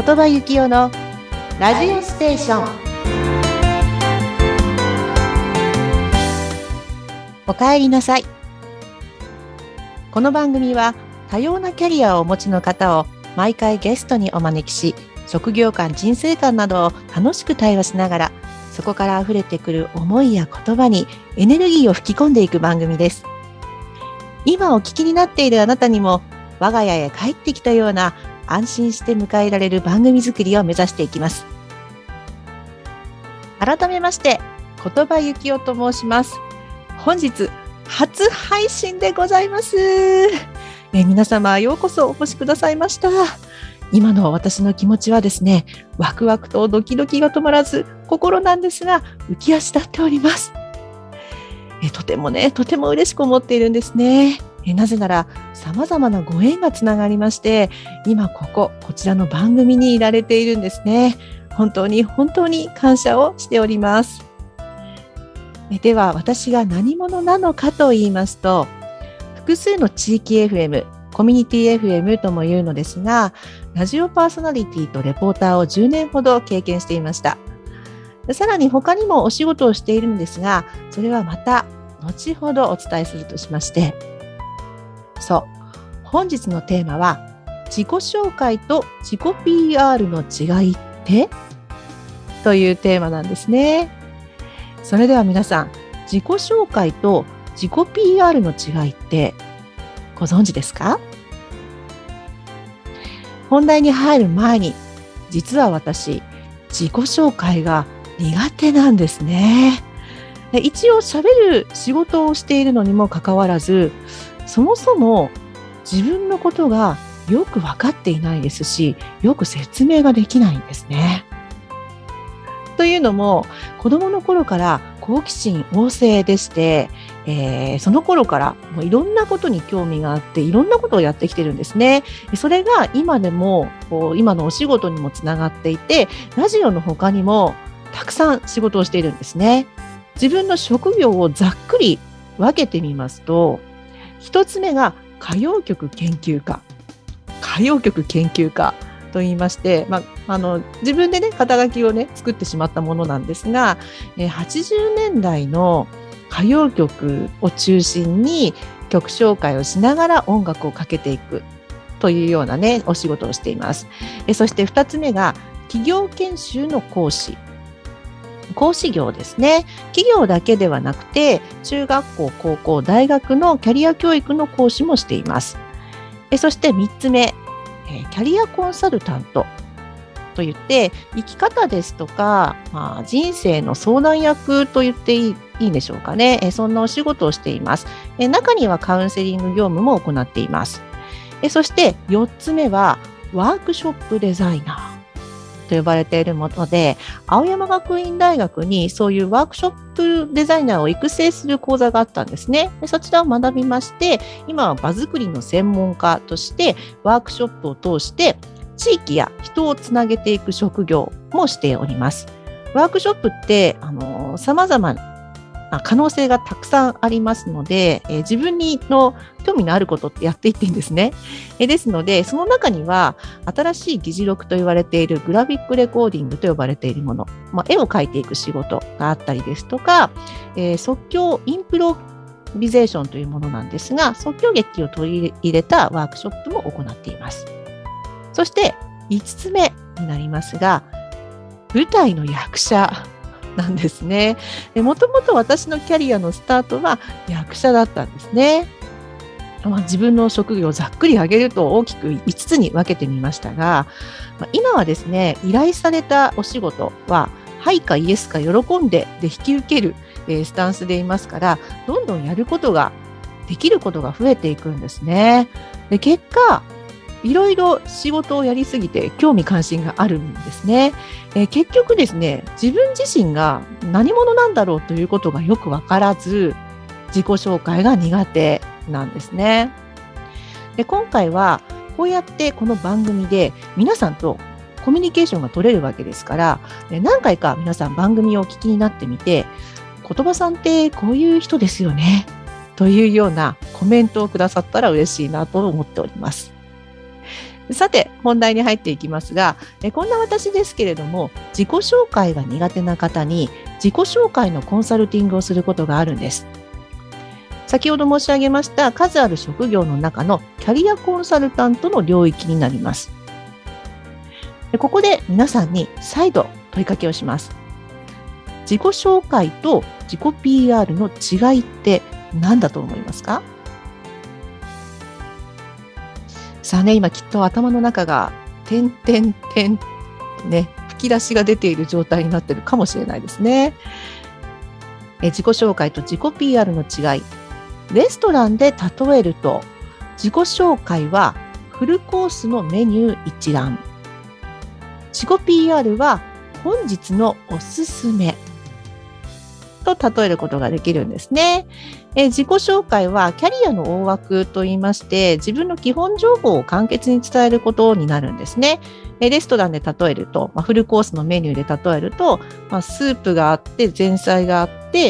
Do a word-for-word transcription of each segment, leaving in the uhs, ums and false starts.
言葉幸男のラジオステーション。おかえりなさい。この番組は多様なキャリアをお持ちの方を毎回ゲストにお招きし、職業観、人生観などを楽しく対話しながら、そこから溢れてくる思いや言葉にエネルギーを吹き込んでいく番組です。今お聞きになっているあなたにも、我が家へ帰ってきたような安心して迎えられる番組作りを目指していきます。改めまして、言葉幸男と申します。本日初配信でございます。え皆様ようこそお越しくださいました。今の私の気持ちはですね、ワクワクとドキドキが止まらず、心なんですが浮き足立っております。えとてもね、とても嬉しく思っているんですね。えなぜなら様々なご縁がつながりまして、今こここちらの番組にいられているんですね。本当に本当に感謝をしております。えでは私が何者なのかと言いますと、複数の地域 エフエム、コミュニティ エフエム とも言うのですが、ラジオパーソナリティとレポーターをじゅうねんほど経験していました。さらに他にもお仕事をしているんですが、それはまた後ほどお伝えするとしまして、そう、本日のテーマは自己紹介と自己 ピーアール の違いってというテーマなんですね。それでは皆さん、自己紹介と自己 ピーアール の違いってご存知ですか？本題に入る前に、実は私、自己紹介が苦手なんですね。で一応喋る仕事をしているのにもかかわらず、そもそも自分のことがよく分かっていないですし、よく説明ができないんですね。というのも、子供の頃から好奇心旺盛でして、えー、その頃からもういろんなことに興味があって、いろんなことをやってきてるんですね。それが今でもこう今のお仕事にもつながっていて、ラジオの他にもたくさん仕事をしているんですね。自分の職業をざっくり分けてみますと、一つ目が歌謡曲研究家。歌謡曲研究家と言いまして、まあ、あの自分でね肩書きをね作ってしまったものなんですが、えー、はちじゅうねんだいの歌謡曲を中心に曲紹介をしながら音楽をかけていくというようなねお仕事をしています。えー、そしてふたつめが企業研修の講師。講師業ですね。企業だけではなくて、中学校、高校、大学のキャリア教育の講師もしています。えそしてみっつめ、えキャリアコンサルタントといって、生き方ですとか、まあ、人生の相談役と言っていい、いいんでしょうかね。えそんなお仕事をしています。え中にはカウンセリング業務も行っています。えそしてよっつめは、ワークショップデザイナーと呼ばれているもので、青山学院大学にそういうワークショップデザイナーを育成する講座があったんですね。でそちらを学びまして、今は場作りの専門家としてワークショップを通して地域や人をつなげていく職業もしております。ワークショップってあの様々な可能性がたくさんありますので、えー、自分にの興味のあることってやっていっていいんですね。えー、ですので、その中には新しい議事録と言われているグラフィックレコーディングと呼ばれているもの、まあ、絵を描いていく仕事があったりですとか、えー、即興インプロビゼーションというものなんですが、即興劇を取り入れたワークショップも行っています。そしていつつめになりますが、舞台の役者なんですね。もともと私のキャリアのスタートは役者だったんですね。まあ、自分の職業をざっくり挙げると大きくいつつに分けてみましたが、まあ、今はですね、依頼されたお仕事ははいかイエスか喜んでで引き受ける、えー、スタンスでいますから、どんどんやることができることが増えていくんですね。で結果いろいろ仕事をやりすぎて興味関心があるんですね。えー、結局ですね、自分自身が何者なんだろうということがよくわからず、自己紹介が苦手なんですね。で今回はこうやってこの番組で皆さんとコミュニケーションが取れるわけですから、何回か皆さん番組をお聞きになってみて、言葉さんってこういう人ですよねというようなコメントをくださったら嬉しいなと思っております。 さて本題に入っていきますが、えこんな私ですけれども、自己紹介が苦手な方に自己紹介のコンサルティングをすることがあるんです。先ほど申し上げました数ある職業の中のキャリアコンサルタントの領域になります。でここで皆さんに再度問いかけをします。自己紹介と自己 ピーアール の違いって何だと思いますか？さあね、今きっと頭の中が点々点ね、吹き出しが出ている状態になっているかもしれないですね。え自己紹介と自己 ピーアール の違い。レストランで例えると、自己紹介はフルコースのメニュー一覧。自己 ピーアール は本日のおすすめと例えることができるんですね。え自己紹介はキャリアの大枠といいまして、自分の基本情報を簡潔に伝えることになるんですね。えレストランで例えると、まあ、フルコースのメニューで例えると、まあ、スープがあって、前菜があって、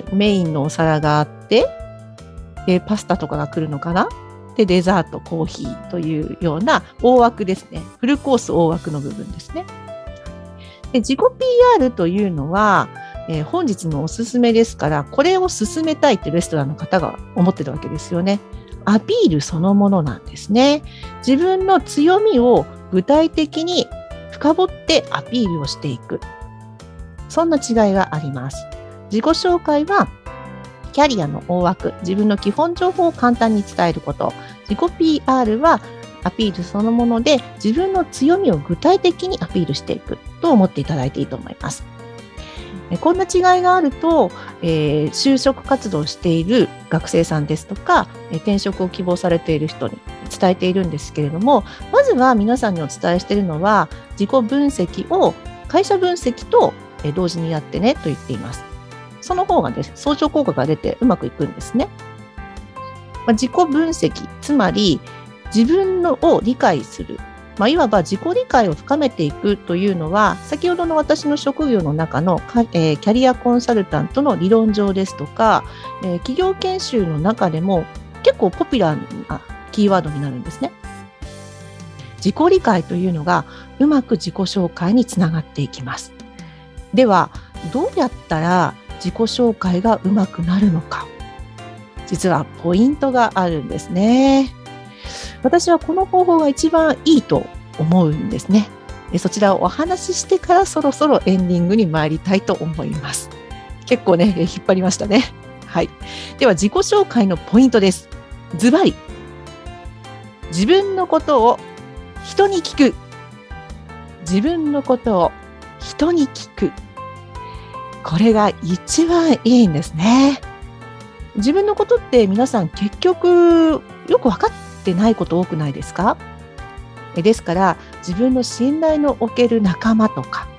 メインのお皿があって、えパスタとかが来るのかなで、デザート、コーヒーというような大枠ですね。フルコース大枠の部分ですね。で自己 ピーアール というのは、えー、本日のおすすめですから、これを進めたいってレストランの方が思ってるわけですよね。アピールそのものなんですね。自分の強みを具体的に深掘ってアピールをしていく。そんな違いがあります。自己紹介はキャリアの大枠、自分の基本情報を簡単に伝えること。自己 ピーアール はアピールそのもので、自分の強みを具体的にアピールしていくと思っていただいていいと思います。こんな違いがあると、えー、就職活動をしている学生さんですとか、転職を希望されている人に伝えているんですけれども、まずは皆さんにお伝えしているのは、自己分析を会社分析と同時にやってねと言っています。その方がですね、相乗効果が出てうまくいくんですね。まあ、自己分析、つまり自分のを理解する。まあ、いわば自己理解を深めていくというのは、先ほどの私の職業の中の、えー、キャリアコンサルタントの理論上ですとか、えー、企業研修の中でも結構ポピュラーなキーワードになるんですね。自己理解というのがうまく自己紹介につながっていきます。では、どうやったら自己紹介がうまくなるのか。実はポイントがあるんですね。私はこの方法が一番いいと思うんですね。そちらをお話ししてからそろそろエンディングに参りたいと思います。結構ね、引っ張りましたね。はい。では自己紹介のポイントです。ズバリ。自分のことを人に聞く。自分のことを人に聞く。これが一番いいんですね。自分のことって皆さん結局よく分かってないこと多くないですか？ですから自分の信頼のおける仲間とか、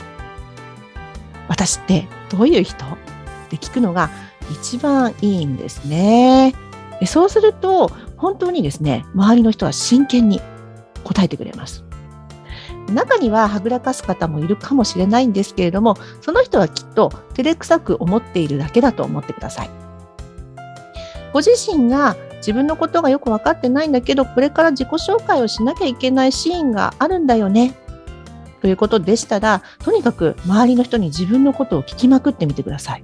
私ってどういう人って聞くのが一番いいんですね。そうすると本当にですね、周りの人は真剣に答えてくれます。中にははぐらかす方もいるかもしれないんですけれども、その人はきっと照れくさく思っているだけだと思ってください。ご自身が自分のことがよく分かってないんだけど、これから自己紹介をしなきゃいけないシーンがあるんだよねということでしたら、とにかく周りの人に自分のことを聞きまくってみてください。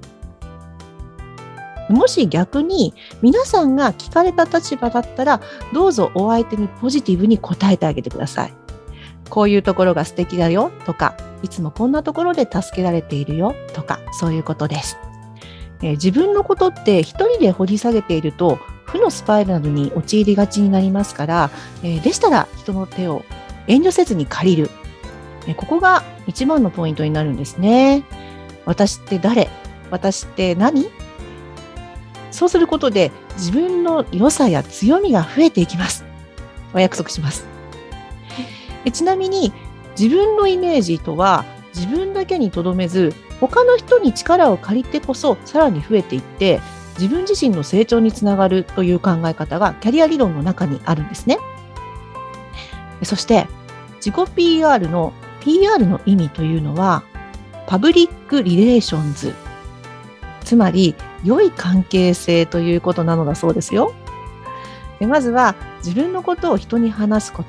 もし逆に皆さんが聞かれた立場だったら、どうぞお相手にポジティブに答えてあげてください。こういうところが素敵だよとか、いつもこんなところで助けられているよとか、そういうことです。えー、自分のことって一人で掘り下げていると負のスパイラルに陥りがちになりますから、えー、でしたら人の手を遠慮せずに借りる、えー、ここが一番のポイントになるんですね。私って誰？私って何？そうすることで自分の良さや強みが増えていきます。お約束します。えちなみに自分のイメージとは自分だけにとどめず、他の人に力を借りてこそさらに増えていって、自分自身の成長につながるという考え方がキャリア理論の中にあるんですね。そして自己 ピーアール の ピーアール の意味というのはパブリックリレーションズ、つまり良い関係性ということなのだそうですよ。でまずは自分のことを人に話すこと、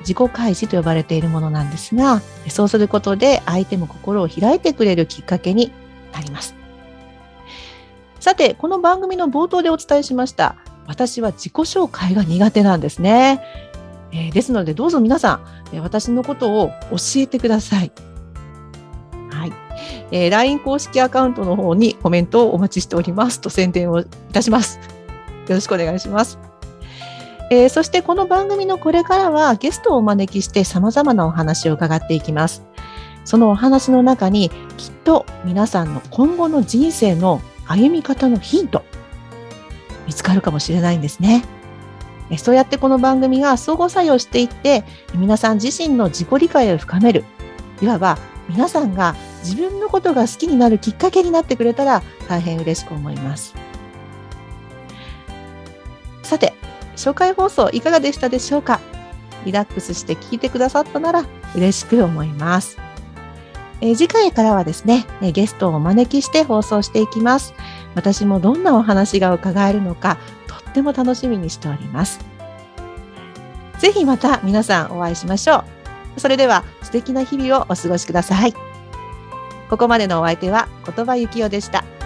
自己開示と呼ばれているものなんですが、そうすることで相手も心を開いてくれるきっかけになります。さて、この番組の冒頭でお伝えしました、私は自己紹介が苦手なんですね。えー、ですのでどうぞ皆さん、私のことを教えてください。はい、えー、ライン 公式アカウントの方にコメントをお待ちしておりますと宣伝をいたします。よろしくお願いします。えー、そしてこの番組のこれからはゲストをお招きして様々なお話を伺っていきます。そのお話の中にきっと皆さんの今後の人生の歩み方のヒント見つかるかもしれないんですね。そうやってこの番組が相互作用していって皆さん自身の自己理解を深める、いわば皆さんが自分のことが好きになるきっかけになってくれたら大変嬉しく思います。さて、紹介放送いかがでしたでしょうか。リラックスして聞いてくださったなら嬉しく思います。えー、次回からはですね、ゲストをお招きして放送していきます。私もどんなお話が伺えるのかとっても楽しみにしております。ぜひまた皆さんお会いしましょう。それでは素敵な日々をお過ごしください。ここまでのお相手は言葉ゆきおでした。